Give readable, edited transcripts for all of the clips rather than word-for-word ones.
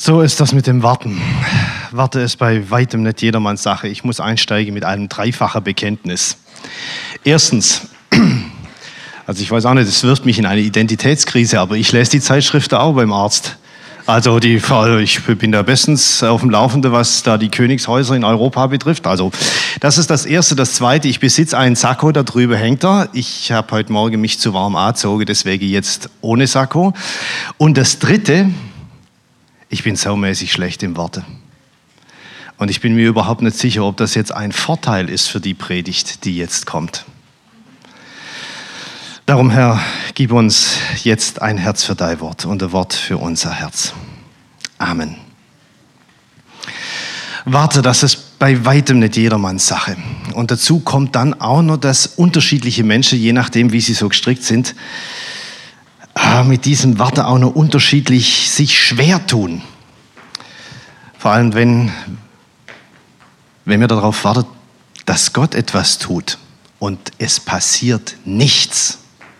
So ist das mit dem Warten. Warte ist bei weitem nicht jedermanns Sache. Ich muss einsteigen mit einem dreifachen Bekenntnis. Erstens, also ich weiß auch nicht, es wirft mich in eine Identitätskrise, aber ich lese die Zeitschriften auch beim Arzt. Also ich bin da bestens auf dem Laufenden, was da die Königshäuser in Europa betrifft. Also das ist das Erste. Das Zweite, ich besitze einen Sakko, da drüber hängt er. Ich habe heute Morgen mich zu warm angezogen, deswegen jetzt ohne Sakko. Und das Dritte, ich bin saumäßig schlecht im Warten. Und ich bin mir überhaupt nicht sicher, ob das jetzt ein Vorteil ist für die Predigt, die jetzt kommt. Darum, Herr, gib uns jetzt ein Herz für dein Wort und ein Wort für unser Herz. Amen. Warte, das ist bei weitem nicht jedermanns Sache. Und dazu kommt dann auch noch, dass unterschiedliche Menschen, je nachdem, wie sie so gestrickt sind, mit diesem Warten auch noch unterschiedlich sich schwer tun. Vor allem, wenn wir darauf warten, dass Gott etwas tut und es passiert nichts.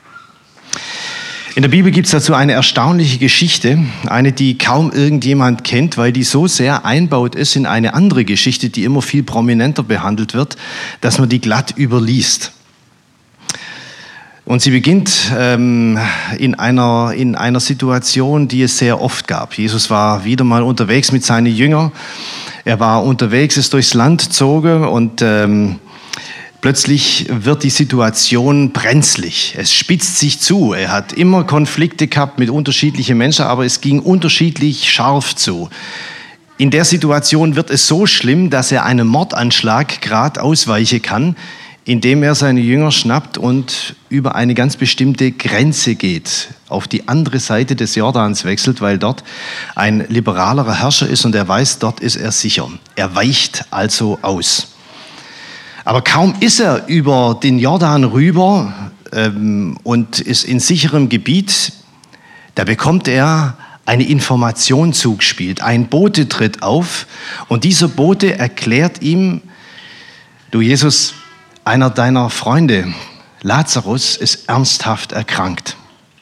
In der Bibel gibt es dazu eine erstaunliche Geschichte, eine, die kaum irgendjemand kennt, weil die so sehr einbaut ist in eine andere Geschichte, die immer viel prominenter behandelt wird, dass man die glatt überliest. Und sie beginnt in einer Situation, die es sehr oft gab. Jesus war wieder mal unterwegs mit seinen Jüngern. Er war unterwegs, ist durchs Land gezogen und plötzlich wird die Situation brenzlig. Es spitzt sich zu. Er hat immer Konflikte gehabt mit unterschiedlichen Menschen, aber es ging unterschiedlich scharf zu. In der Situation wird es so schlimm, dass er einem Mordanschlag gerade ausweichen kann, indem er seine Jünger schnappt und über eine ganz bestimmte Grenze geht, auf die andere Seite des Jordans wechselt, weil dort ein liberalerer Herrscher ist und er weiß, dort ist er sicher. Er weicht also aus. Aber kaum ist er über den Jordan rüber und ist in sicherem Gebiet, da bekommt er eine Information zugespielt. Ein Bote tritt auf und dieser Bote erklärt ihm: Du Jesus, einer deiner Freunde, Lazarus, ist ernsthaft erkrankt.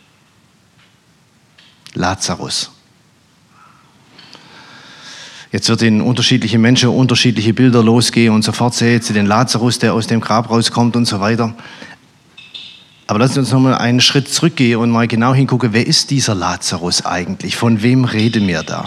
Lazarus. Jetzt wird in unterschiedliche Menschen unterschiedliche Bilder losgehen und sofort sehen sie den Lazarus, der aus dem Grab rauskommt und so weiter. Aber lassen Sie uns nochmal einen Schritt zurückgehen und mal genau hingucken, wer ist dieser Lazarus eigentlich? Von wem reden wir da?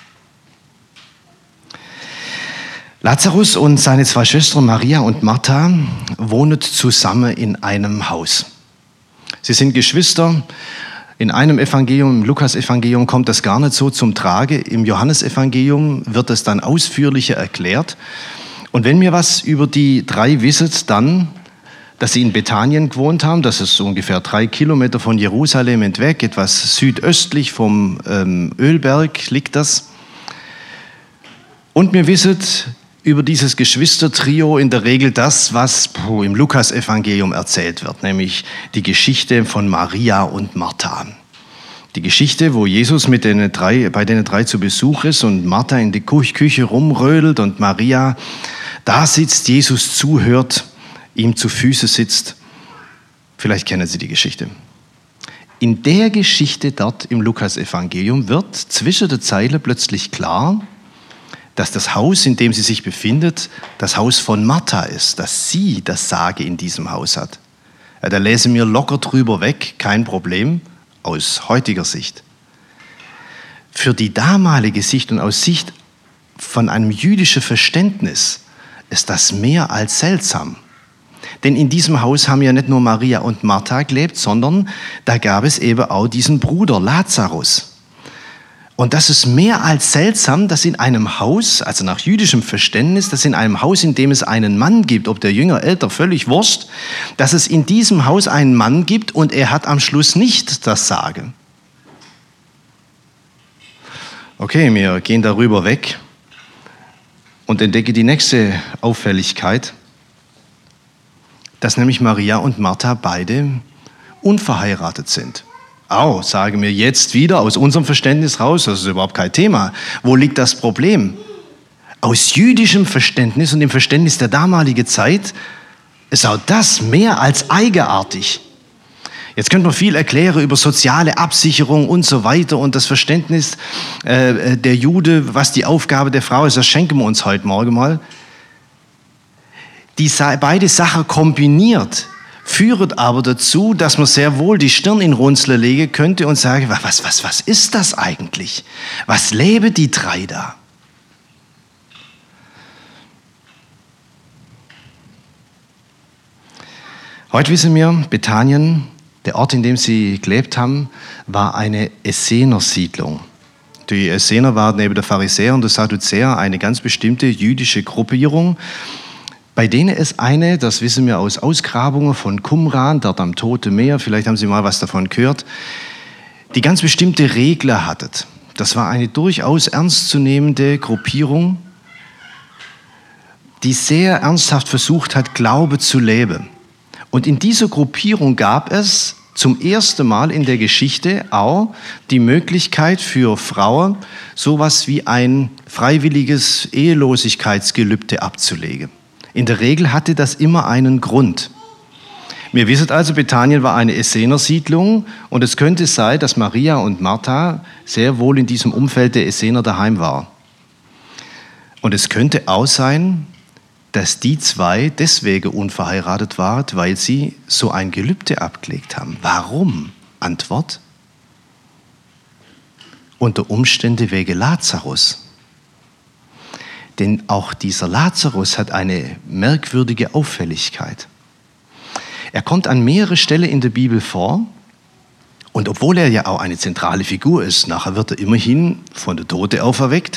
Lazarus und seine zwei Schwestern Maria und Martha wohnen zusammen in einem Haus. Sie sind Geschwister. In einem Evangelium, im Lukas-Evangelium, kommt das gar nicht so zum Trage. Im Johannes-Evangelium wird es dann ausführlicher erklärt. Und wenn wir was über die drei wissen, dann, dass sie in Bethanien gewohnt haben, das ist so ungefähr 3 Kilometer von Jerusalem entweg, etwas südöstlich vom Ölberg liegt das. Und wir wissen über dieses Geschwistertrio in der Regel das, was im Lukas-Evangelium erzählt wird, nämlich die Geschichte von Maria und Martha. Die Geschichte, wo Jesus bei denen drei zu Besuch ist und Martha in der Küche rumrödelt und Maria da sitzt, Jesus zuhört, ihm zu Füßen sitzt. Vielleicht kennen Sie die Geschichte. In der Geschichte dort im Lukas-Evangelium wird zwischen den Zeilen plötzlich klar, dass das Haus, in dem sie sich befindet, das Haus von Martha ist, dass sie das Sagen in diesem Haus hat. Ja, da lesen wir locker drüber weg, kein Problem, aus heutiger Sicht. Für die damalige Sicht und aus Sicht von einem jüdischen Verständnis ist das mehr als seltsam. Denn in diesem Haus haben ja nicht nur Maria und Martha gelebt, sondern da gab es eben auch diesen Bruder Lazarus. Und das ist mehr als seltsam, dass in einem Haus, also nach jüdischem Verständnis, dass in einem Haus, in dem es einen Mann gibt, ob der Jünger, älter, völlig wurscht, dass es in diesem Haus einen Mann gibt und er hat am Schluss nicht das Sagen. Okay, wir gehen darüber weg und entdecken die nächste Auffälligkeit, dass nämlich Maria und Martha beide unverheiratet sind. Sagen wir jetzt wieder aus unserem Verständnis raus, das ist überhaupt kein Thema. Wo liegt das Problem? Aus jüdischem Verständnis und dem Verständnis der damaligen Zeit ist auch das mehr als eigenartig. Jetzt könnte man viel erklären über soziale Absicherung und so weiter und das Verständnis der Jude, was die Aufgabe der Frau ist. Das schenken wir uns heute Morgen mal. Beide Sachen kombiniert führt aber dazu, dass man sehr wohl die Stirn in Runzeln legen könnte und sagen, was ist das eigentlich? Was leben die drei da? Heute wissen wir, Bethanien, der Ort, in dem sie gelebt haben, war eine Essener-Siedlung. Die Essener waren neben der Pharisäer und der Sadduzäer eine ganz bestimmte jüdische Gruppierung, bei denen es eine, das wissen wir aus Ausgrabungen von Qumran, dort am Toten Meer, vielleicht haben Sie mal was davon gehört, die ganz bestimmte Regeln hatte. Das war eine durchaus ernstzunehmende Gruppierung, die sehr ernsthaft versucht hat, Glaube zu leben. Und in dieser Gruppierung gab es zum ersten Mal in der Geschichte auch die Möglichkeit für Frauen, sowas wie ein freiwilliges Ehelosigkeitsgelübde abzulegen. In der Regel hatte das immer einen Grund. Wir wissen also, Bethanien war eine Essener-Siedlung und es könnte sein, dass Maria und Martha sehr wohl in diesem Umfeld der Essener daheim waren. Und es könnte auch sein, dass die zwei deswegen unverheiratet waren, weil sie so ein Gelübde abgelegt haben. Warum? Antwort: Unter Umständen wegen Lazarus. Denn auch dieser Lazarus hat eine merkwürdige Auffälligkeit. Er kommt an mehrere Stellen in der Bibel vor und obwohl er ja auch eine zentrale Figur ist, nachher wird er immerhin von der Toten auferweckt,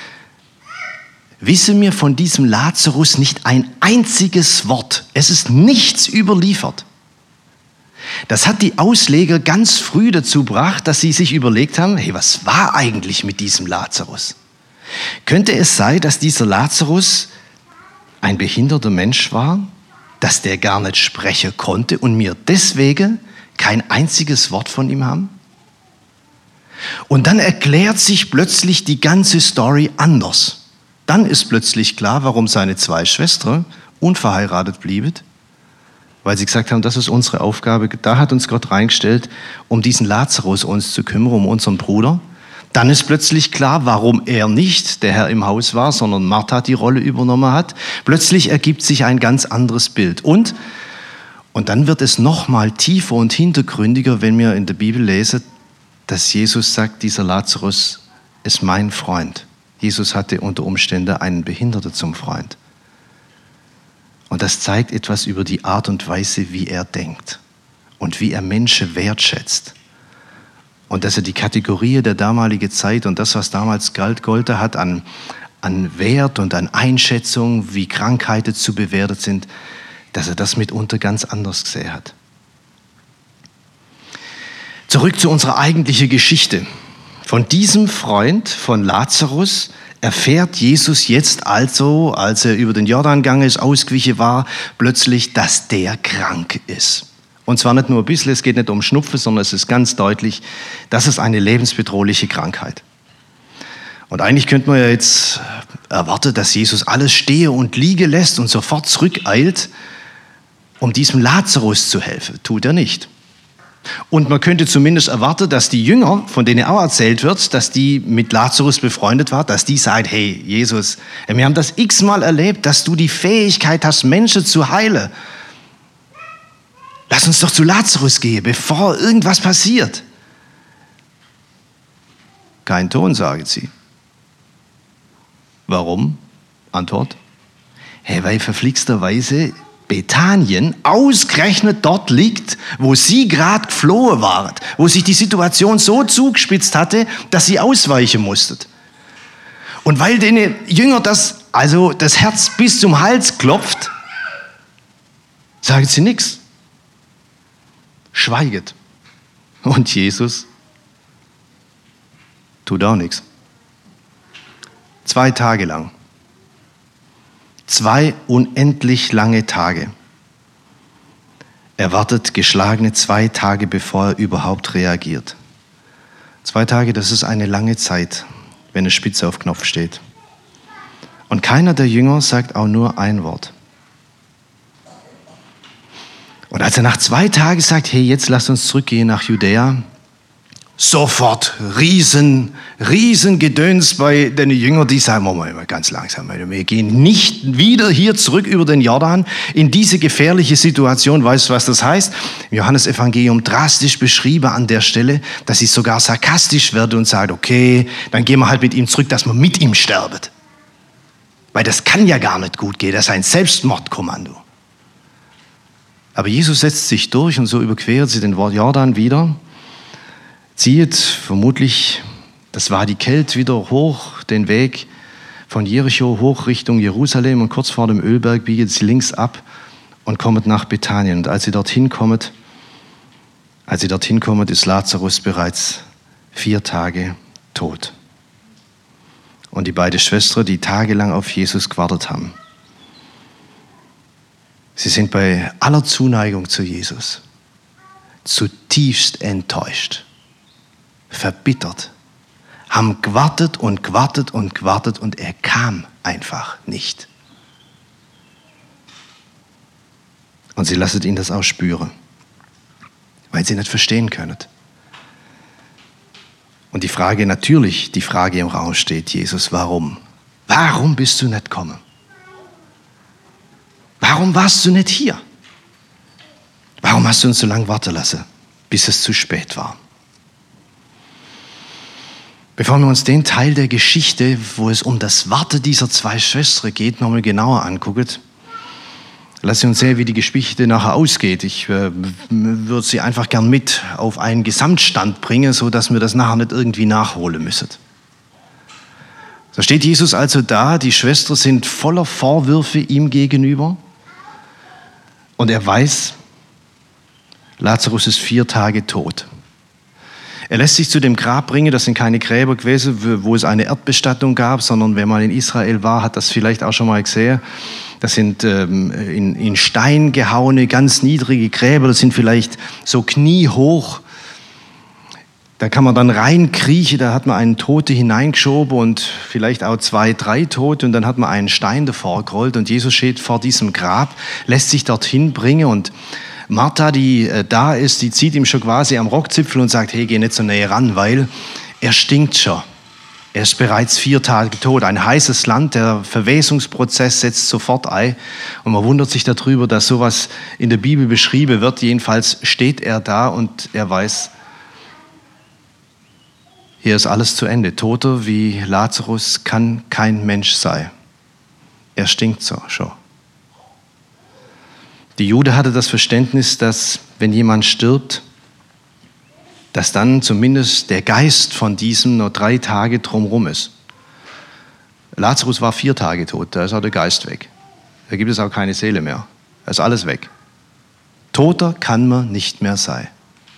wissen wir von diesem Lazarus nicht ein einziges Wort. Es ist nichts überliefert. Das hat die Ausleger ganz früh dazu gebracht, dass sie sich überlegt haben, hey, was war eigentlich mit diesem Lazarus? Könnte es sein, dass dieser Lazarus ein behinderter Mensch war, dass der gar nicht sprechen konnte und wir deswegen kein einziges Wort von ihm haben? Und dann erklärt sich plötzlich die ganze Story anders. Dann ist plötzlich klar, warum seine zwei Schwestern unverheiratet blieben, weil sie gesagt haben, das ist unsere Aufgabe. Da hat uns Gott reingestellt, um diesen Lazarus uns zu kümmern, um unseren Bruder. Dann ist plötzlich klar, warum er nicht der Herr im Haus war, sondern Martha die Rolle übernommen hat. Plötzlich ergibt sich ein ganz anderes Bild. Und dann wird es noch mal tiefer und hintergründiger, wenn wir in der Bibel lesen, dass Jesus sagt, dieser Lazarus ist mein Freund. Jesus hatte unter Umständen einen Behinderten zum Freund. Und das zeigt etwas über die Art und Weise, wie er denkt und wie er Menschen wertschätzt. Und dass er die Kategorie der damaligen Zeit und das, was damals golden hat an Wert und an Einschätzung, wie Krankheiten zu bewertet sind, dass er das mitunter ganz anders gesehen hat. Zurück zu unserer eigentlichen Geschichte. Von diesem Freund von Lazarus erfährt Jesus jetzt also, als er über den Jordan gegangen ist, ausgewichen war, plötzlich, dass der krank ist. Und zwar nicht nur ein bisschen, es geht nicht um Schnupfen, sondern es ist ganz deutlich, das ist eine lebensbedrohliche Krankheit. Und eigentlich könnte man ja jetzt erwarten, dass Jesus alles stehen und liegen lässt und sofort zurückeilt, um diesem Lazarus zu helfen. Tut er nicht. Und man könnte zumindest erwarten, dass die Jünger, von denen auch erzählt wird, dass die mit Lazarus befreundet waren, dass die sagen, hey Jesus, wir haben das x-mal erlebt, dass du die Fähigkeit hast, Menschen zu heilen. Lass uns doch zu Lazarus gehen, bevor irgendwas passiert. Kein Ton, sagen sie. Warum? Antwort: Hey, weil verflixterweise Bethanien ausgerechnet dort liegt, wo sie gerade geflohen waren, wo sich die Situation so zugespitzt hatte, dass sie ausweichen mussten. Und weil den Jünger das Herz bis zum Hals klopft, sagen sie nichts. Schweiget. Und Jesus tut auch nichts. 2 Tage lang. 2 unendlich lange Tage. Er wartet geschlagene 2 Tage, bevor er überhaupt reagiert. 2 Tage, das ist eine lange Zeit, wenn eine Spitze auf Knopf steht. Und keiner der Jünger sagt auch nur ein Wort. Und als er nach 2 Tagen sagt, hey, jetzt lasst uns zurückgehen nach Judäa, sofort Riesengedöns bei den Jüngern, die sagen, Moment mal ganz langsam, wir gehen nicht wieder hier zurück über den Jordan in diese gefährliche Situation. Weißt du, was das heißt? Im Johannesevangelium drastisch beschrieben an der Stelle, dass sie sogar sarkastisch wird und sagt, okay, dann gehen wir halt mit ihm zurück, dass wir mit ihm sterben. Weil das kann ja gar nicht gut gehen, das ist ein Selbstmordkommando. Aber Jesus setzt sich durch und so überquert sie den Jordan wieder, zieht vermutlich, das war die Kälte, wieder hoch den Weg von Jericho hoch Richtung Jerusalem und kurz vor dem Ölberg biegt sie links ab und kommt nach Bethanien. Und als sie dorthin kommt, ist Lazarus bereits 4 Tage tot. Und die beiden Schwestern, die tagelang auf Jesus gewartet haben, sie sind bei aller Zuneigung zu Jesus zutiefst enttäuscht, verbittert, haben gewartet und er kam einfach nicht. Und sie lassen ihn das auch spüren, weil sie nicht verstehen können. Und die Frage im Raum steht, Jesus, warum? Warum bist du nicht gekommen? Warum warst du nicht hier? Warum hast du uns so lange warten lassen, bis es zu spät war? Bevor wir uns den Teil der Geschichte, wo es um das Warten dieser 2 Schwestern geht, nochmal genauer angucken, lassen uns sehen, wie die Geschichte nachher ausgeht. Ich würde sie einfach gern mit auf einen Gesamtstand bringen, sodass wir das nachher nicht irgendwie nachholen müssen. Da steht Jesus also da, die Schwestern sind voller Vorwürfe ihm gegenüber und er weiß, Lazarus ist 4 Tage tot. Er lässt sich zu dem Grab bringen, das sind keine Gräber gewesen, wo es eine Erdbestattung gab, sondern wer mal in Israel war, hat das vielleicht auch schon mal gesehen. Das sind in Stein gehauene, ganz niedrige Gräber, das sind vielleicht so kniehoch. Da kann man dann reinkriechen, da hat man einen Tote hineingeschoben und vielleicht auch 2, 3 Tote und dann hat man einen Stein davor gerollt und Jesus steht vor diesem Grab, lässt sich dorthin bringen und Martha, die da ist, die zieht ihm schon quasi am Rockzipfel und sagt, hey, geh nicht so näher ran, weil er stinkt schon. Er ist bereits 4 Tage tot. Ein heißes Land, der Verwesungsprozess setzt sofort ein. Und man wundert sich darüber, dass sowas in der Bibel beschrieben wird. Jedenfalls steht er da und er weiß, hier ist alles zu Ende. Toter wie Lazarus kann kein Mensch sein. Er stinkt so schon. Die Jude hatte das Verständnis, dass wenn jemand stirbt, dass dann zumindest der Geist von diesem noch 3 Tage drumherum ist. Lazarus war 4 Tage tot, da ist auch der Geist weg. Da gibt es auch keine Seele mehr. Da ist alles weg. Toter kann man nicht mehr sein.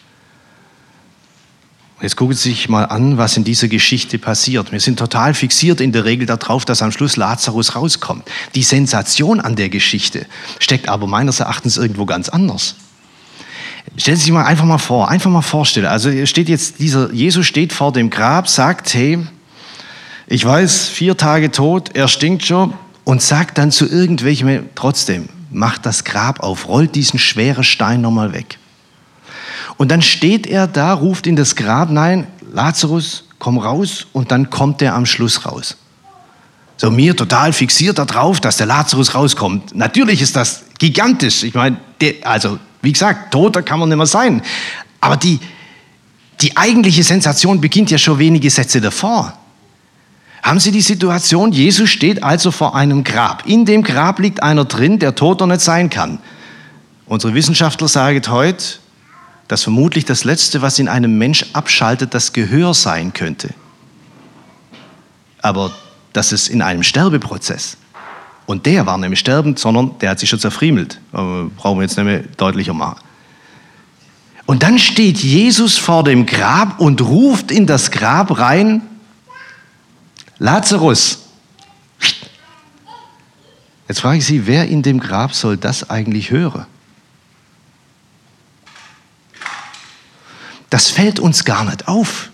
Jetzt gucken Sie sich mal an, was in dieser Geschichte passiert. Wir sind total fixiert in der Regel darauf, dass am Schluss Lazarus rauskommt. Die Sensation an der Geschichte steckt aber meines Erachtens irgendwo ganz anders. Stellen Sie sich mal einfach mal vorstellen. Also Jesus steht vor dem Grab, sagt, hey, ich weiß, 4 Tage tot, er stinkt schon und sagt dann zu irgendwelchen, trotzdem, macht das Grab auf, rollt diesen schweren Stein nochmal weg. Und dann steht er da, ruft in das Grab, nein, Lazarus, komm raus, und dann kommt er am Schluss raus. So, mir total fixiert darauf, dass der Lazarus rauskommt. Natürlich ist das gigantisch. Ich meine, wie gesagt, toter kann man nicht mehr sein. Aber die eigentliche Sensation beginnt ja schon wenige Sätze davor. Haben Sie die Situation, Jesus steht also vor einem Grab. In dem Grab liegt einer drin, der toter nicht sein kann. Unsere Wissenschaftler sagen heute, dass vermutlich das Letzte, was in einem Mensch abschaltet, das Gehör sein könnte. Aber das ist in einem Sterbeprozess. Und der war nämlich sterbend, sondern der hat sich schon zerfriemelt. Brauchen wir jetzt nicht mehr deutlicher machen. Und dann steht Jesus vor dem Grab und ruft in das Grab rein, Lazarus. Jetzt frage ich Sie, wer in dem Grab soll das eigentlich hören? Das fällt uns gar nicht auf.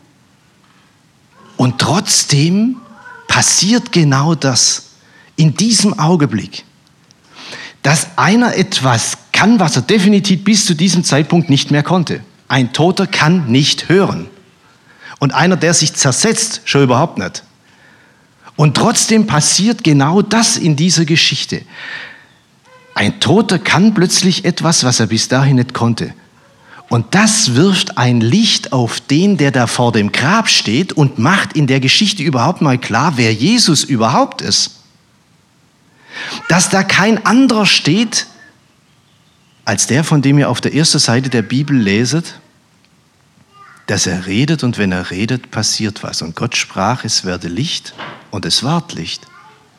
Und trotzdem passiert genau das in diesem Augenblick, dass einer etwas kann, was er definitiv bis zu diesem Zeitpunkt nicht mehr konnte. Ein Toter kann nicht hören. Und einer, der sich zersetzt, schon überhaupt nicht. Und trotzdem passiert genau das in dieser Geschichte. Ein Toter kann plötzlich etwas, was er bis dahin nicht konnte. Und das wirft ein Licht auf den, der da vor dem Grab steht und macht in der Geschichte überhaupt mal klar, wer Jesus überhaupt ist. Dass da kein anderer steht, als der, von dem ihr auf der ersten Seite der Bibel leset, dass er redet und wenn er redet, passiert was. Und Gott sprach, es werde Licht und es ward Licht.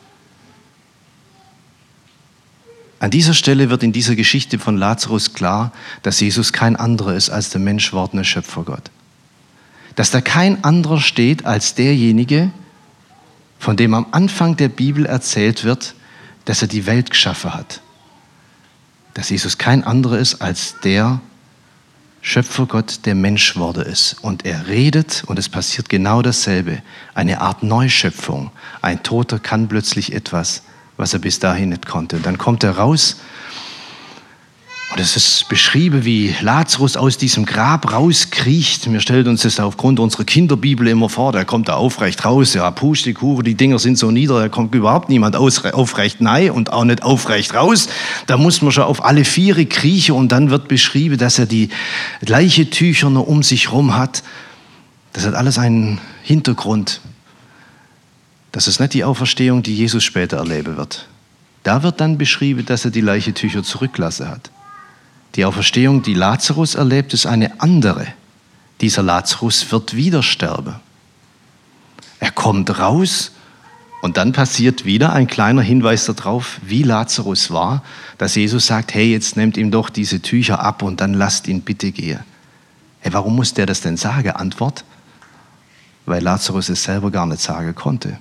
An dieser Stelle wird in dieser Geschichte von Lazarus klar, dass Jesus kein anderer ist als der menschwordene Schöpfergott. Dass da kein anderer steht als derjenige, von dem am Anfang der Bibel erzählt wird, dass er die Welt geschaffen hat. Dass Jesus kein anderer ist als der Schöpfergott, der Mensch wurde ist. Und er redet und es passiert genau dasselbe. Eine Art Neuschöpfung. Ein Toter kann plötzlich etwas, was er bis dahin nicht konnte. Und dann kommt er raus und es ist beschrieben, wie Lazarus aus diesem Grab rauskriecht. Wir stellen uns das aufgrund unserer Kinderbibel immer vor, der kommt da aufrecht raus, ja, Pustekuchen, die Dinger sind so nieder, da kommt überhaupt niemand aufrecht rein und auch nicht aufrecht raus. Da muss man schon auf alle Viere kriechen und dann wird beschrieben, dass er die Leichetücher noch um sich rum hat. Das hat alles einen Hintergrund. Das ist nicht die Auferstehung, die Jesus später erleben wird. Da wird dann beschrieben, dass er die Leichetücher zurückgelassen hat. Die Auferstehung, die Lazarus erlebt, ist eine andere. Dieser Lazarus wird wieder sterben. Er kommt raus und dann passiert wieder ein kleiner Hinweis darauf, wie Lazarus war, dass Jesus sagt, hey, jetzt nehmt ihm doch diese Tücher ab und dann lasst ihn bitte gehen. Hey, warum muss der das denn sagen? Antwort, weil Lazarus es selber gar nicht sagen konnte.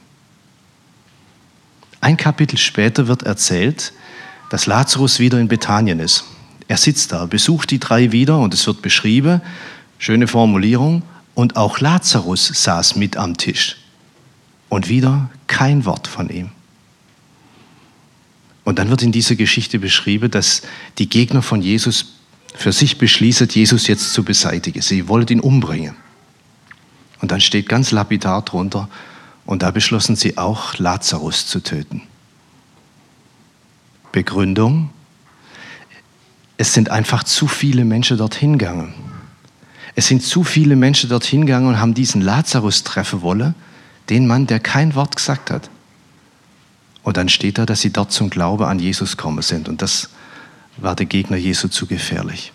Ein Kapitel später wird erzählt, dass Lazarus wieder in Bethanien ist. Er sitzt da, besucht die drei wieder und es wird beschrieben, schöne Formulierung, und auch Lazarus saß mit am Tisch. Und wieder kein Wort von ihm. Und dann wird in dieser Geschichte beschrieben, dass die Gegner von Jesus für sich beschließen, Jesus jetzt zu beseitigen. Sie wollten ihn umbringen. Und dann steht ganz lapidar drunter, und da beschlossen sie auch, Lazarus zu töten. Begründung: Es sind einfach zu viele Menschen dorthin gegangen. Es sind zu viele Menschen dorthin gegangen und haben diesen Lazarus treffen wollen, den Mann, der kein Wort gesagt hat. Und dann steht da, dass sie dort zum Glauben an Jesus gekommen sind. Und das war der Gegner Jesu zu gefährlich.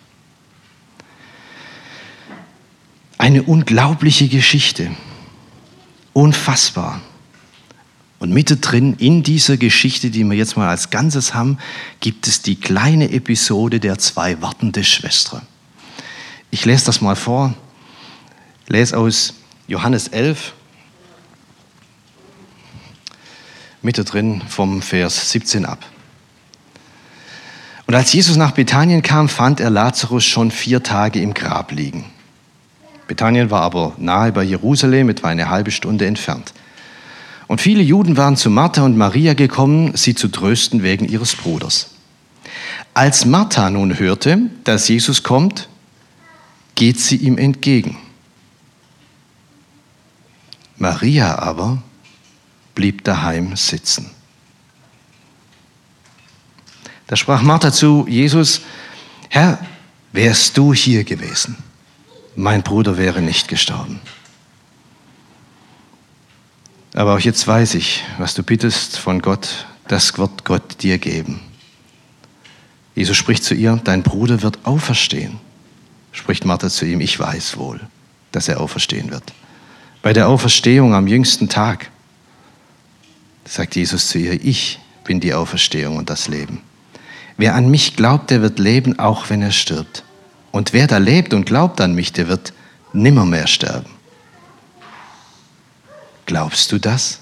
Eine unglaubliche Geschichte. Unfassbar. Und mittendrin in dieser Geschichte, die wir jetzt mal als Ganzes haben, gibt es die kleine Episode der zwei wartenden Schwestern. Ich lese das mal vor. Lese aus Johannes 11, mittendrin vom Vers 17 ab. Und als Jesus nach Bethanien kam, fand er Lazarus schon 4 Tage im Grab liegen. Bethanien war aber nahe bei Jerusalem, etwa eine halbe Stunde entfernt. Und viele Juden waren zu Martha und Maria gekommen, sie zu trösten wegen ihres Bruders. Als Martha nun hörte, dass Jesus kommt, geht sie ihm entgegen. Maria aber blieb daheim sitzen. Da sprach Martha zu Jesus: Herr, wärst du hier gewesen, mein Bruder wäre nicht gestorben. Aber auch jetzt weiß ich, was du bittest von Gott, das wird Gott dir geben. Jesus spricht zu ihr: Dein Bruder wird auferstehen. Spricht Martha zu ihm: Ich weiß wohl, dass er auferstehen wird. Bei der Auferstehung am jüngsten Tag sagt Jesus zu ihr: Ich bin die Auferstehung und das Leben. Wer an mich glaubt, der wird leben, auch wenn er stirbt. Und wer da lebt und glaubt an mich, der wird nimmermehr sterben. Glaubst du das?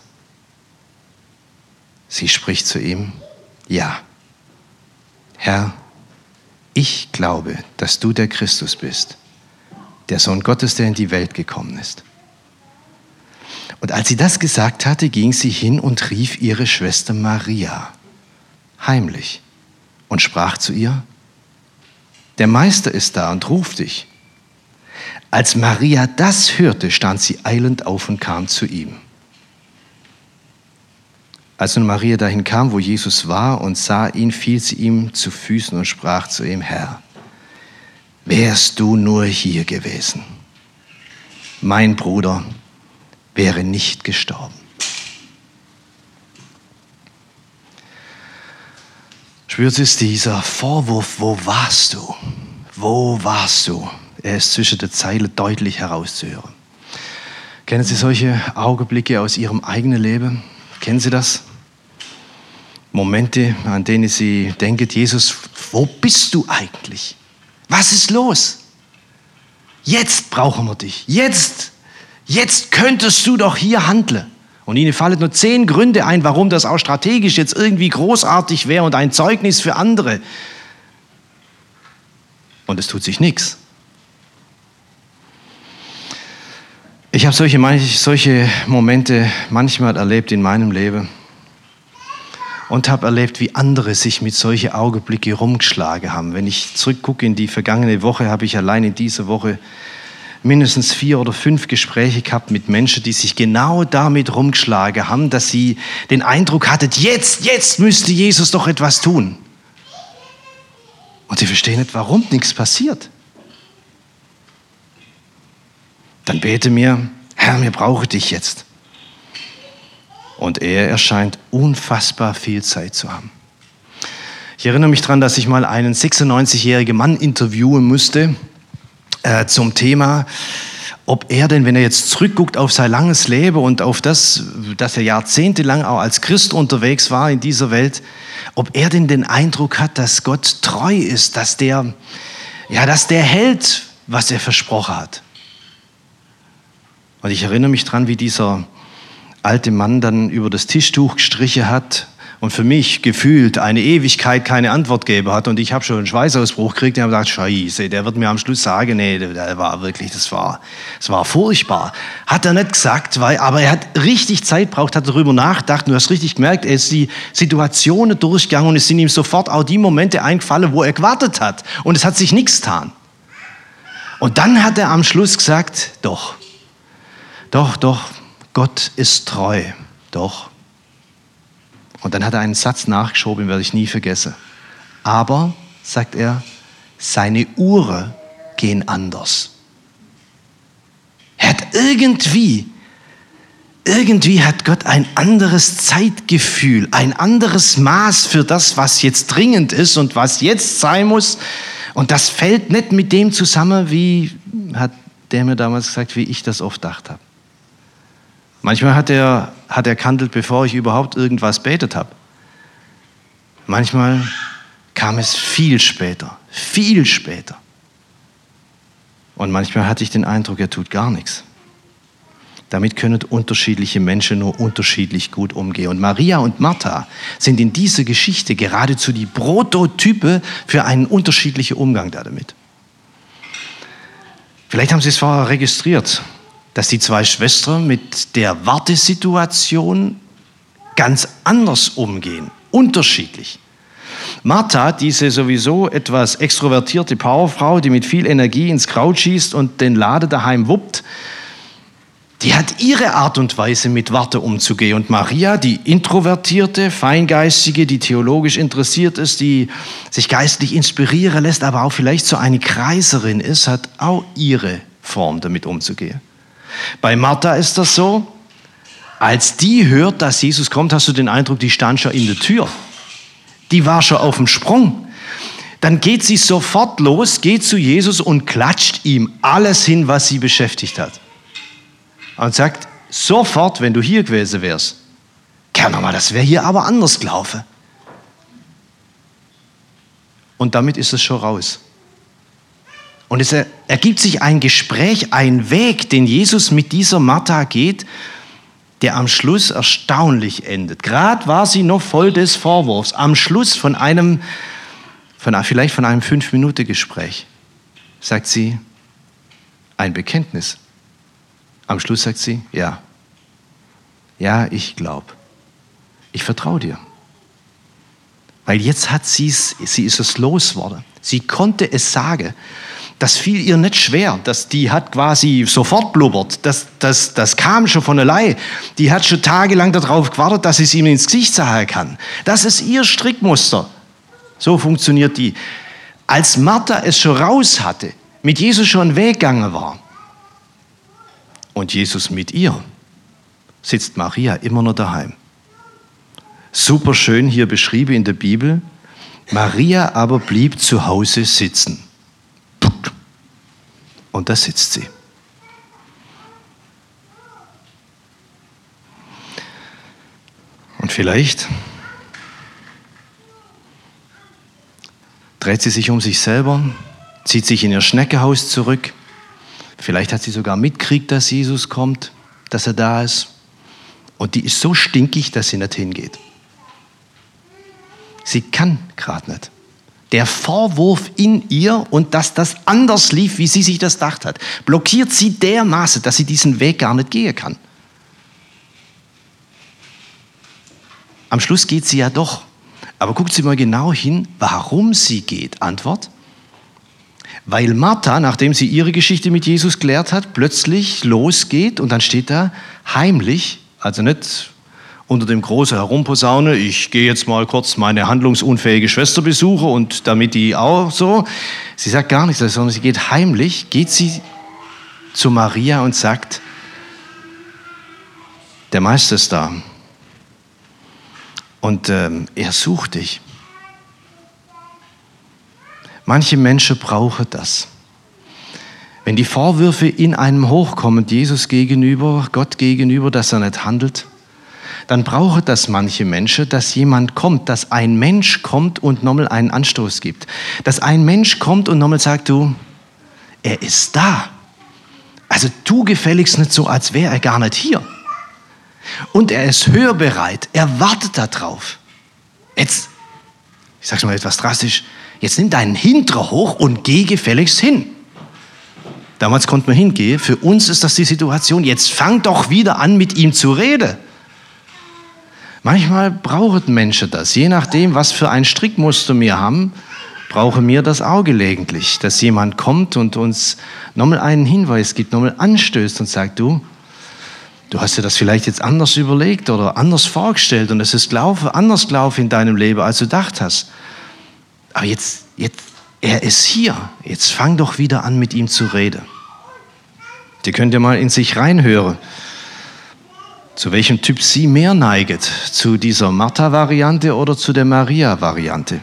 Sie spricht zu ihm: Ja. Herr, ich glaube, dass du der Christus bist, der Sohn Gottes, der in die Welt gekommen ist. Und als sie das gesagt hatte, ging sie hin und rief ihre Schwester Maria heimlich und sprach zu ihr: Der Meister ist da und ruft dich. Als Maria das hörte, stand sie eilend auf und kam zu ihm. Als nun Maria dahin kam, wo Jesus war und sah ihn, fiel sie ihm zu Füßen und sprach zu ihm: Herr, wärst du nur hier gewesen, mein Bruder wäre nicht gestorben. Spürt es, dieser Vorwurf: Wo warst du? Wo warst du? Er ist zwischen den Zeilen deutlich herauszuhören. Kennen Sie solche Augenblicke aus Ihrem eigenen Leben? Kennen Sie das? Momente, an denen Sie denken: Jesus, wo bist du eigentlich? Was ist los? Jetzt brauchen wir dich. Jetzt könntest du doch hier handeln. Und Ihnen fallen nur 10 Gründe ein, warum das auch strategisch jetzt irgendwie großartig wäre und ein Zeugnis für andere. Und es tut sich nichts. Ich habe solche Momente manchmal erlebt in meinem Leben und habe erlebt, wie andere sich mit solchen Augenblicken rumgeschlagen haben. Wenn ich zurückgucke in die vergangene Woche, habe ich allein in dieser Woche mindestens 4 oder 5 Gespräche gehabt mit Menschen, die sich genau damit rumgeschlagen haben, dass sie den Eindruck hatten, jetzt müsste Jesus doch etwas tun. Und sie verstehen nicht, warum nichts passiert. Dann bete mir: Herr, wir brauchen dich jetzt. Und er erscheint unfassbar viel Zeit zu haben. Ich erinnere mich daran, dass ich mal einen 96-jährigen Mann interviewen musste zum Thema, ob er denn, wenn er jetzt zurückguckt auf sein langes Leben und auf das, dass er jahrzehntelang auch als Christ unterwegs war in dieser Welt, ob er denn den Eindruck hat, dass Gott treu ist, dass der hält, was er versprochen hat. Und ich erinnere mich daran, wie dieser alte Mann dann über das Tischtuch gestrichen hat und für mich gefühlt eine Ewigkeit keine Antwort gegeben hat. Und ich habe schon einen Schweißausbruch gekriegt und habe gedacht: Scheiße, der wird mir am Schluss sagen, nee, das war furchtbar. Hat er nicht gesagt, aber er hat richtig Zeit gebraucht, hat darüber nachgedacht. Und du hast richtig gemerkt, er ist die Situationen durchgegangen und es sind ihm sofort auch die Momente eingefallen, wo er gewartet hat. Und es hat sich nichts getan. Und dann hat er am Schluss gesagt: Doch, Gott ist treu, doch. Und dann hat er einen Satz nachgeschoben, den werde ich nie vergessen. Aber, sagt er, seine Uhren gehen anders. Er hat irgendwie hat Gott ein anderes Zeitgefühl, ein anderes Maß für das, was jetzt dringend ist und was jetzt sein muss. Und das fällt nicht mit dem zusammen, wie hat der mir damals gesagt, wie ich das oft gedacht habe. Manchmal hat er gehandelt, bevor ich überhaupt irgendwas betet habe. Manchmal kam es viel später. Und manchmal hatte ich den Eindruck, er tut gar nichts. Damit können unterschiedliche Menschen nur unterschiedlich gut umgehen. Und Maria und Martha sind in dieser Geschichte geradezu die Prototype für einen unterschiedlichen Umgang damit. Vielleicht haben Sie es vorher registriert, dass die 2 Schwestern mit der Wartesituation ganz anders umgehen, unterschiedlich. Martha, diese sowieso etwas extrovertierte Powerfrau, die mit viel Energie ins Kraut schießt und den Laden daheim wuppt, die hat ihre Art und Weise, mit Warten umzugehen. Und Maria, die introvertierte, feingeistige, die theologisch interessiert ist, die sich geistlich inspirieren lässt, aber auch vielleicht so eine Kreiserin ist, hat auch ihre Form, damit umzugehen. Bei Martha ist das so, als die hört, dass Jesus kommt, hast du den Eindruck, die stand schon in der Tür. Die war schon auf dem Sprung. Dann geht sie sofort los, geht zu Jesus und klatscht ihm alles hin, was sie beschäftigt hat. Und sagt sofort, wenn du hier gewesen wärst, Kerl mal, das wäre hier aber anders gelaufen. Und damit ist es schon raus. Und es ergibt sich ein Gespräch, ein Weg, den Jesus mit dieser Martha geht, der am Schluss erstaunlich endet. Gerade war sie noch voll des Vorwurfs. Am Schluss vielleicht von einem 5-Minuten-Gespräch sagt sie ein Bekenntnis. Am Schluss sagt sie: Ja, ich glaube. Ich vertraue dir. Weil jetzt sie ist es losgeworden. Sie konnte es sagen. Das fiel ihr nicht schwer. Die hat quasi sofort blubbert. Das kam schon von allein. Die hat schon tagelang darauf gewartet, dass sie es ihm ins Gesicht sagen kann. Das ist ihr Strickmuster. So funktioniert die. Als Martha es schon raus hatte, mit Jesus schon einen Weg gegangen war und Jesus mit ihr, sitzt Maria immer noch daheim. Super schön hier beschrieben in der Bibel. Maria aber blieb zu Hause sitzen. Und da sitzt sie. Und vielleicht dreht sie sich um sich selber, zieht sich in ihr Schneckenhaus zurück. Vielleicht hat sie sogar mitgekriegt, dass Jesus kommt, dass er da ist. Und die ist so stinkig, dass sie nicht hingeht. Sie kann gerade nicht. Der Vorwurf in ihr und dass das anders lief, wie sie sich das gedacht hat, blockiert sie dermaßen, dass sie diesen Weg gar nicht gehen kann. Am Schluss geht sie ja doch. Aber guckt sie mal genau hin, warum sie geht. Antwort: Weil Martha, nachdem sie ihre Geschichte mit Jesus geklärt hat, plötzlich losgeht und dann steht da heimlich, also nicht unter dem großen Herumposaune, ich gehe jetzt mal kurz meine handlungsunfähige Schwester besuchen und damit die auch so. Sie sagt gar nichts, sondern sie geht heimlich, geht sie zu Maria und sagt: Der Meister ist da und er sucht dich. Manche Menschen brauchen das. Wenn die Vorwürfe in einem hochkommen, Jesus gegenüber, Gott gegenüber, dass er nicht handelt, dann brauchen das manche Menschen, dass jemand kommt, dass ein Mensch kommt und nochmal einen Anstoß gibt. Dass ein Mensch kommt und nochmal sagt: Du, er ist da. Also tu gefälligst nicht so, als wäre er gar nicht hier. Und er ist hörbereit, er wartet da drauf. Jetzt, ich sag's mal etwas drastisch, jetzt nimm deinen Hintern hoch und geh gefälligst hin. Damals konnte man hingehen, für uns ist das die Situation, jetzt fang doch wieder an, mit ihm zu reden. Manchmal brauchen Menschen das, je nachdem, was für ein Strickmuster wir haben, brauchen wir das auch gelegentlich, dass jemand kommt und uns nochmal einen Hinweis gibt, nochmal anstößt und sagt: Du hast dir das vielleicht jetzt anders überlegt oder anders vorgestellt und es ist anders gelaufen in deinem Leben, als du gedacht hast. Aber jetzt, er ist hier, jetzt fang doch wieder an, mit ihm zu reden. Die könnt ihr mal in sich reinhören. Zu welchem Typ sie mehr neiget, zu dieser Martha-Variante oder zu der Maria-Variante?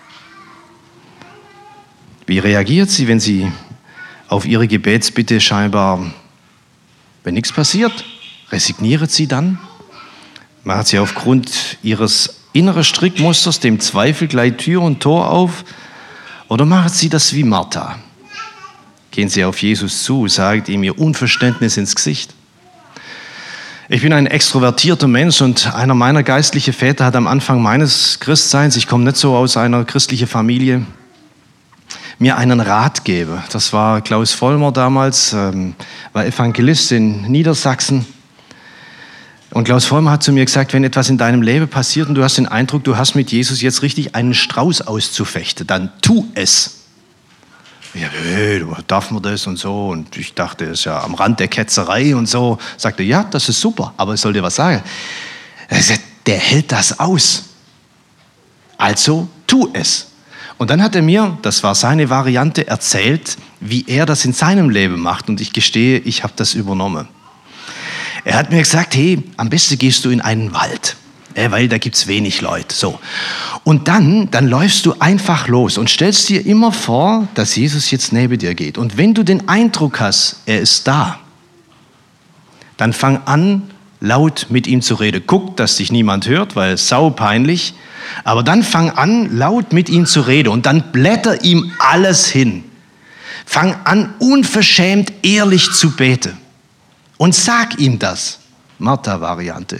Wie reagiert sie, wenn sie auf ihre Gebetsbitte scheinbar, wenn nichts passiert, resigniert sie dann? Macht sie aufgrund ihres inneren Strickmusters dem Zweifel gleich Tür und Tor auf? Oder macht sie das wie Martha? Gehen sie auf Jesus zu, sagt ihm ihr Unverständnis ins Gesicht. Ich bin ein extrovertierter Mensch und einer meiner geistlichen Väter hat am Anfang meines Christseins, ich komme nicht so aus einer christlichen Familie, mir einen Rat gegeben. Das war Klaus Vollmer damals, war Evangelist in Niedersachsen. Und Klaus Vollmer hat zu mir gesagt, wenn etwas in deinem Leben passiert und du hast den Eindruck, du hast mit Jesus jetzt richtig einen Strauß auszufechten, dann tu es. Ja, hey, darf man das und so? Und ich dachte, das ist ja am Rand der Ketzerei und so. Sagte, ja, das ist super, aber ich soll dir was sagen. Er sagt, der hält das aus. Also tu es. Und dann hat er mir, das war seine Variante, erzählt, wie er das in seinem Leben macht. Und ich gestehe, ich habe das übernommen. Er hat mir gesagt, hey, am besten gehst du in einen Wald, weil da gibt es wenig Leute. So. Und dann läufst du einfach los und stellst dir immer vor, dass Jesus jetzt neben dir geht. Und wenn du den Eindruck hast, er ist da, dann fang an, laut mit ihm zu reden. Guck, dass dich niemand hört, weil es saupeinlich. Aber dann fang an, laut mit ihm zu reden und dann blätter ihm alles hin. Fang an, unverschämt ehrlich zu beten. Und sag ihm das. Martha-Variante.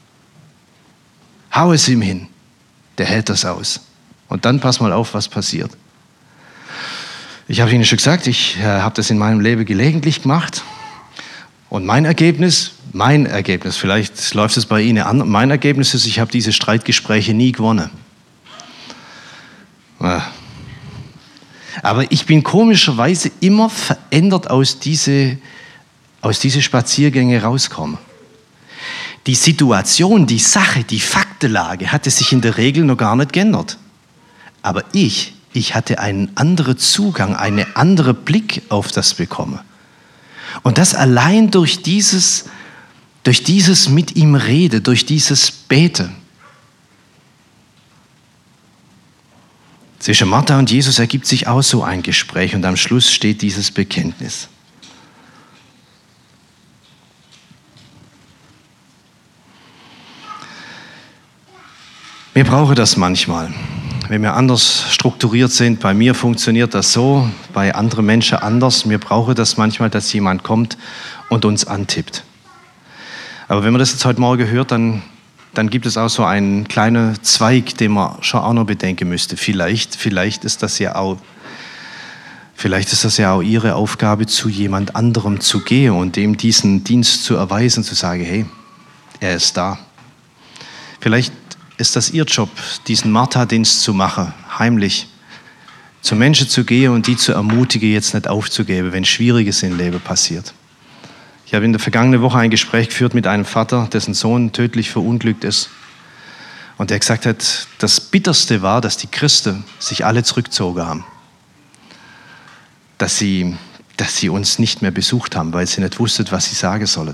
Hau es ihm hin. Der hält das aus. Und dann pass mal auf, was passiert. Ich habe Ihnen schon gesagt, ich habe das in meinem Leben gelegentlich gemacht. Und mein Ergebnis, vielleicht läuft es bei Ihnen an, mein Ergebnis ist, ich habe diese Streitgespräche nie gewonnen. Aber ich bin komischerweise immer verändert aus diese Spaziergänge rausgekommen. Die Situation, die Sache, die Faktenlage hatte sich in der Regel noch gar nicht geändert. Aber ich hatte einen anderen Zugang, einen anderen Blick auf das bekommen. Und das allein durch dieses mit ihm Reden, durch dieses Beten. Zwischen Martha und Jesus ergibt sich auch so ein Gespräch und am Schluss steht dieses Bekenntnis. Wir brauchen das manchmal, wenn wir anders strukturiert sind. Bei mir funktioniert das so, bei anderen Menschen anders. Wir brauchen das manchmal, dass jemand kommt und uns antippt. Aber wenn man das jetzt heute Morgen hört, dann gibt es auch so einen kleinen Zweig, den man schon auch noch bedenken müsste. Vielleicht ist das ja auch Ihre Aufgabe, zu jemand anderem zu gehen und dem diesen Dienst zu erweisen, zu sagen, hey, er ist da. Vielleicht ist das Ihr Job, diesen Martha-Dienst zu machen, heimlich, zu Menschen zu gehen und die zu ermutigen, jetzt nicht aufzugeben, wenn Schwieriges im Leben passiert. Ich habe in der vergangenen Woche ein Gespräch geführt mit einem Vater, dessen Sohn tödlich verunglückt ist. Und der gesagt hat, das Bitterste war, dass die Christen sich alle zurückgezogen haben. Dass sie uns nicht mehr besucht haben, weil sie nicht wussten, was sie sagen sollen.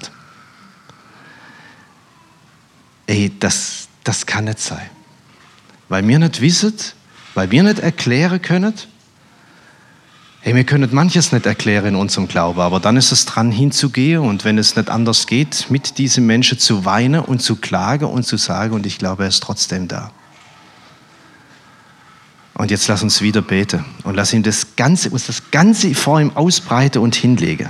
Ey, das kann nicht sein. Weil wir nicht wissen, weil wir nicht erklären können. Hey, wir können manches nicht erklären in unserem Glauben, aber dann ist es dran hinzugehen und wenn es nicht anders geht, mit diesen Menschen zu weinen und zu klagen und zu sagen, und ich glaube, er ist trotzdem da. Und jetzt lass uns wieder beten und lass uns das Ganze vor ihm ausbreiten und hinlegen.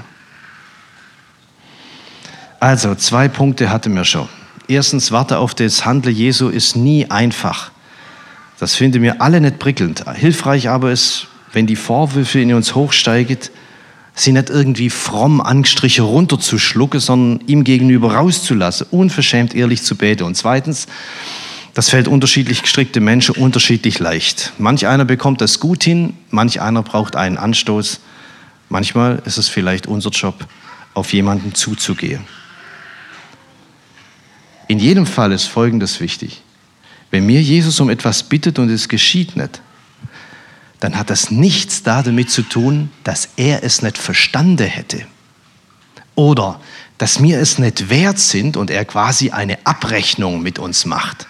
Also, 2 Punkte hatten wir schon. Erstens, warte auf das Handeln Jesu ist nie einfach. Das finden wir alle nicht prickelnd. Hilfreich aber ist, wenn die Vorwürfe in uns hochsteigen, sie nicht irgendwie fromm angestrichen runterzuschlucken, sondern ihm gegenüber rauszulassen, unverschämt ehrlich zu beten. Und zweitens, das fällt unterschiedlich gestrickte Menschen unterschiedlich leicht. Manch einer bekommt das gut hin, manch einer braucht einen Anstoß. Manchmal ist es vielleicht unser Job, auf jemanden zuzugehen. In jedem Fall ist Folgendes wichtig. Wenn mir Jesus um etwas bittet und es geschieht nicht, dann hat das nichts damit zu tun, dass er es nicht verstanden hätte. Oder dass wir es nicht wert sind und er quasi eine Abrechnung mit uns macht.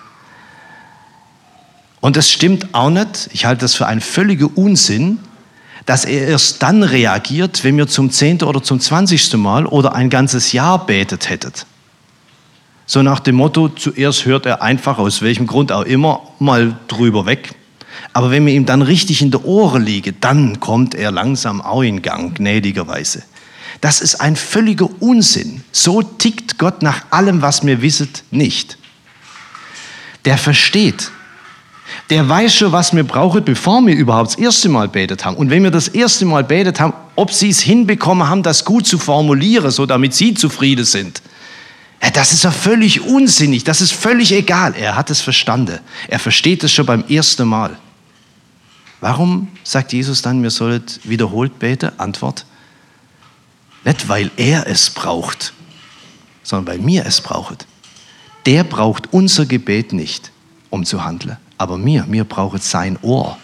Und es stimmt auch nicht, ich halte das für einen völligen Unsinn, dass er erst dann reagiert, wenn wir zum 10. oder zum 20. Mal oder ein ganzes Jahr betet hättet. So nach dem Motto, zuerst hört er einfach, aus welchem Grund auch immer, mal drüber weg. Aber wenn wir ihm dann richtig in der Ohren liegen, dann kommt er langsam auch in Gang, gnädigerweise. Das ist ein völliger Unsinn. So tickt Gott nach allem, was wir wissen, nicht. Der versteht. Der weiß schon, was wir brauchen, bevor wir überhaupt das erste Mal betet haben. Und wenn wir das erste Mal betet haben, ob sie es hinbekommen haben, das gut zu formulieren, so damit sie zufrieden sind. Ja, das ist ja völlig unsinnig, das ist völlig egal. Er hat es verstanden. Er versteht es schon beim ersten Mal. Warum sagt Jesus dann, wir sollen wiederholt beten? Antwort: Nicht, weil er es braucht, sondern weil wir es brauchen. Der braucht unser Gebet nicht, um zu handeln. Aber wir brauchen sein Ohr.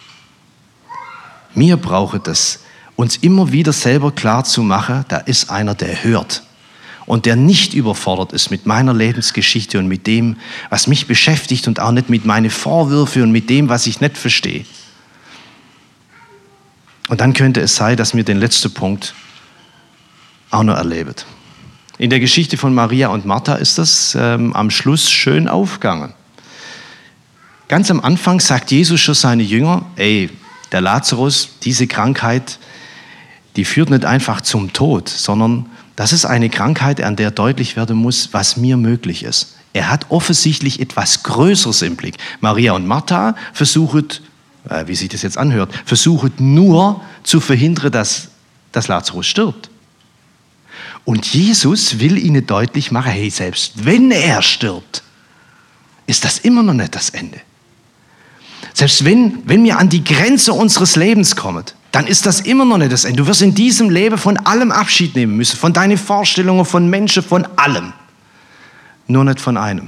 Wir brauchen das, uns immer wieder selber klar zu machen, da ist einer, der hört. Und der nicht überfordert ist mit meiner Lebensgeschichte und mit dem, was mich beschäftigt und auch nicht mit meinen Vorwürfen und mit dem, was ich nicht verstehe. Und dann könnte es sein, dass wir den letzten Punkt auch noch erleben. In der Geschichte von Maria und Martha ist das am Schluss schön aufgegangen. Ganz am Anfang sagt Jesus schon seine Jünger, der Lazarus, diese Krankheit, die führt nicht einfach zum Tod, sondern das ist eine Krankheit, an der deutlich werden muss, was mir möglich ist. Er hat offensichtlich etwas Größeres im Blick. Maria und Martha versuchen, wie sich das jetzt anhört, versuchen nur zu verhindern, dass Lazarus stirbt. Und Jesus will ihnen deutlich machen, hey, selbst wenn er stirbt, ist das immer noch nicht das Ende. Selbst wenn wir an die Grenze unseres Lebens kommen, dann ist das immer noch nicht das Ende. Du wirst in diesem Leben von allem Abschied nehmen müssen, von deinen Vorstellungen, von Menschen, von allem. Nur nicht von einem.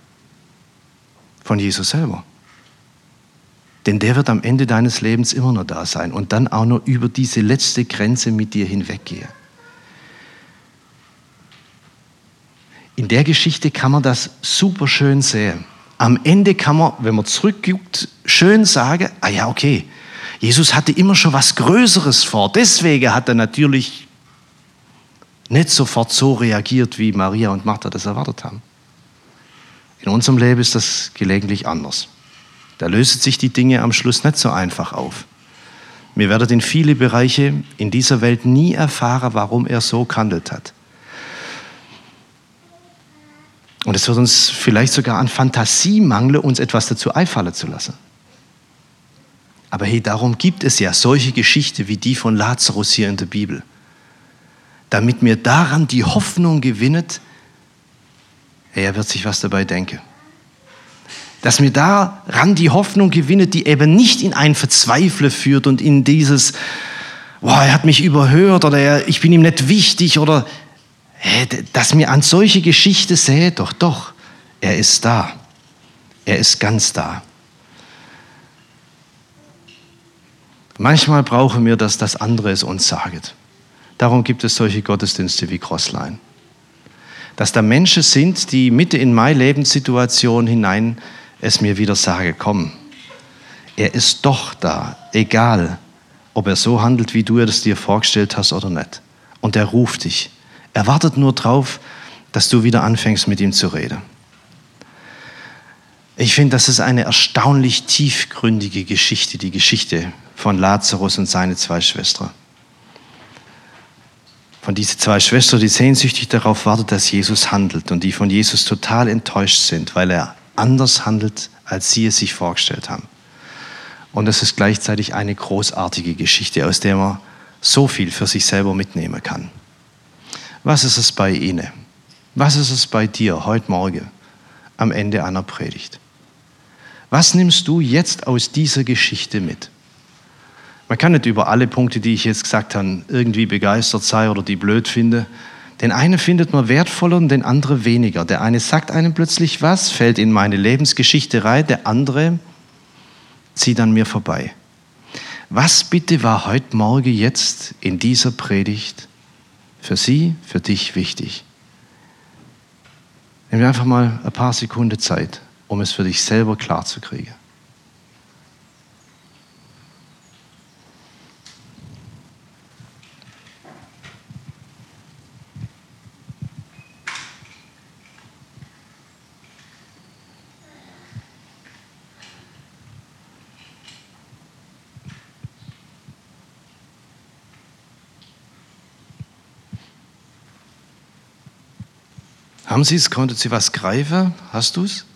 Von Jesus selber. Denn der wird am Ende deines Lebens immer noch da sein und dann auch noch über diese letzte Grenze mit dir hinweggehen. In der Geschichte kann man das super schön sehen. Am Ende kann man, wenn man zurückguckt, schön sagen, ah ja, okay, Jesus hatte immer schon was Größeres vor. Deswegen hat er natürlich nicht sofort so reagiert, wie Maria und Martha das erwartet haben. In unserem Leben ist das gelegentlich anders. Da lösen sich die Dinge am Schluss nicht so einfach auf. Wir werden in viele Bereiche in dieser Welt nie erfahren, warum er so gehandelt hat. Und es wird uns vielleicht sogar an Fantasie mangeln, uns etwas dazu einfallen zu lassen. Aber hey, darum gibt es ja solche Geschichten wie die von Lazarus hier in der Bibel. Damit mir daran die Hoffnung gewinnet, hey, er wird sich was dabei denken. Dass mir daran die Hoffnung gewinnet, die eben nicht in ein Verzweifeln führt und in dieses, boah, er hat mich überhört oder ich bin ihm nicht wichtig oder dass mir an solche Geschichten sehe, doch, er ist da. Er ist ganz da. Manchmal brauchen wir, dass das andere es uns sagt. Darum gibt es solche Gottesdienste wie Crossline. Dass da Menschen sind, die mitten in meine Lebenssituation hinein es mir wieder sagen, komm, er ist doch da, egal, ob er so handelt, wie du es dir vorgestellt hast oder nicht. Und er ruft dich. Er wartet nur drauf, dass du wieder anfängst, mit ihm zu reden. Ich finde, das ist eine erstaunlich tiefgründige Geschichte, die Geschichte von Lazarus und seine zwei Schwestern. Von diesen zwei Schwestern, die sehnsüchtig darauf warten, dass Jesus handelt und die von Jesus total enttäuscht sind, weil er anders handelt, als sie es sich vorgestellt haben. Und das ist gleichzeitig eine großartige Geschichte, aus der man so viel für sich selber mitnehmen kann. Was ist es bei Ihnen? Was ist es bei dir heute Morgen am Ende einer Predigt? Was nimmst du jetzt aus dieser Geschichte mit? Man kann nicht über alle Punkte, die ich jetzt gesagt habe, irgendwie begeistert sein oder die blöd finden. Den einen findet man wertvoller und den anderen weniger. Der eine sagt einem plötzlich was, fällt in meine Lebensgeschichte rein, der andere zieht an mir vorbei. Was bitte war heute Morgen jetzt in dieser Predigt für Sie, für dich wichtig? Nimm dir einfach mal ein paar Sekunden Zeit, um es für dich selber klar zu kriegen. Haben Sie es? Konnten Sie was greifen? Hast du es?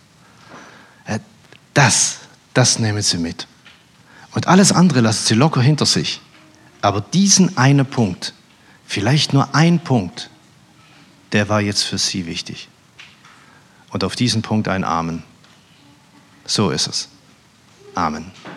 Das nehmen Sie mit. Und alles andere lassen Sie locker hinter sich. Aber diesen einen Punkt, vielleicht nur ein Punkt, der war jetzt für Sie wichtig. Und auf diesen Punkt ein Amen. So ist es. Amen.